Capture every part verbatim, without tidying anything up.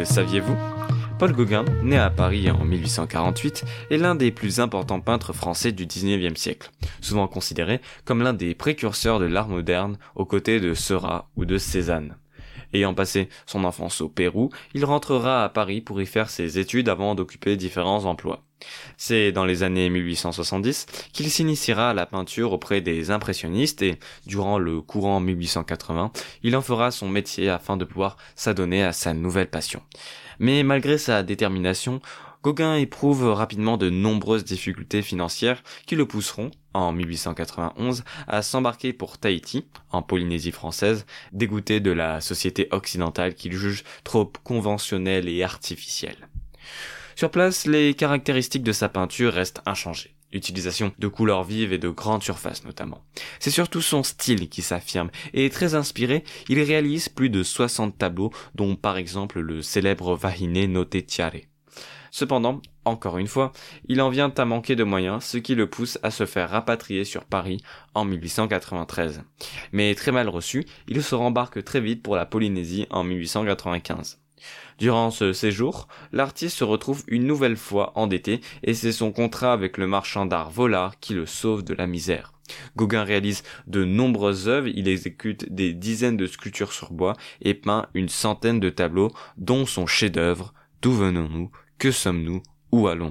Le saviez-vous ? Paul Gauguin, né à Paris en mille huit cent quarante-huit, est l'un des plus importants peintres français du dix-neuvième siècle, souvent considéré comme l'un des précurseurs de l'art moderne aux côtés de Seurat ou de Cézanne. Ayant passé son enfance au Pérou, il rentrera à Paris pour y faire ses études avant d'occuper différents emplois. C'est dans les années mille huit cent soixante-dix qu'il s'initiera à la peinture auprès des impressionnistes et, durant le courant mille huit cent quatre-vingts, il en fera son métier afin de pouvoir s'adonner à sa nouvelle passion. Mais malgré sa détermination, Gauguin éprouve rapidement de nombreuses difficultés financières qui le pousseront, en mille huit cent quatre-vingt-onze, à s'embarquer pour Tahiti, en Polynésie française, dégoûté de la société occidentale qu'il juge trop conventionnelle et artificielle. Sur place, les caractéristiques de sa peinture restent inchangées. Utilisation de couleurs vives et de grandes surfaces notamment. C'est surtout son style qui s'affirme, et très inspiré, il réalise plus de soixante tableaux, dont par exemple le célèbre Vahine no te Tiare. Cependant, encore une fois, il en vient à manquer de moyens, ce qui le pousse à se faire rapatrier sur Paris en mille huit cent quatre-vingt-treize. Mais très mal reçu, il se rembarque très vite pour la Polynésie en mille huit cent quatre-vingt-quinze. Durant ce séjour, l'artiste se retrouve une nouvelle fois endetté et c'est son contrat avec le marchand d'art Vollard qui le sauve de la misère. Gauguin réalise de nombreuses œuvres, il exécute des dizaines de sculptures sur bois et peint une centaine de tableaux, dont son chef-d'œuvre « D'où venons-nous ? Que sommes-nous ? Où allons-nous ?»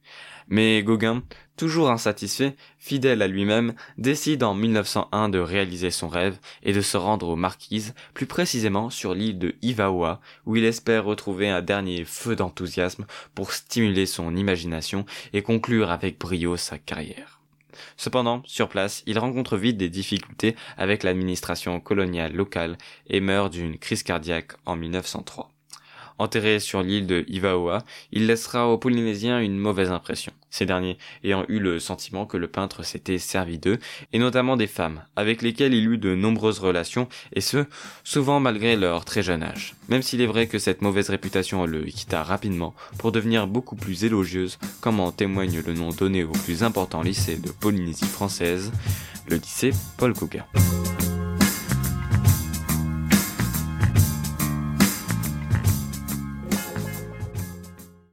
Mais Gauguin, toujours insatisfait, fidèle à lui-même, décide en mille neuf cent un de réaliser son rêve et de se rendre aux Marquises, plus précisément sur l'île de Ivaoa, où il espère retrouver un dernier feu d'enthousiasme pour stimuler son imagination et conclure avec brio sa carrière. Cependant, sur place, il rencontre vite des difficultés avec l'administration coloniale locale et meurt d'une crise cardiaque en mille neuf cent trois. Enterré sur l'île de Ivaoa, il laissera aux Polynésiens une mauvaise impression, ces derniers ayant eu le sentiment que le peintre s'était servi d'eux, et notamment des femmes, avec lesquelles il eut de nombreuses relations, et ce, souvent malgré leur très jeune âge. Même s'il est vrai que cette mauvaise réputation le quitta rapidement pour devenir beaucoup plus élogieuse, comme en témoigne le nom donné au plus important lycée de Polynésie française, le lycée Paul Gauguin.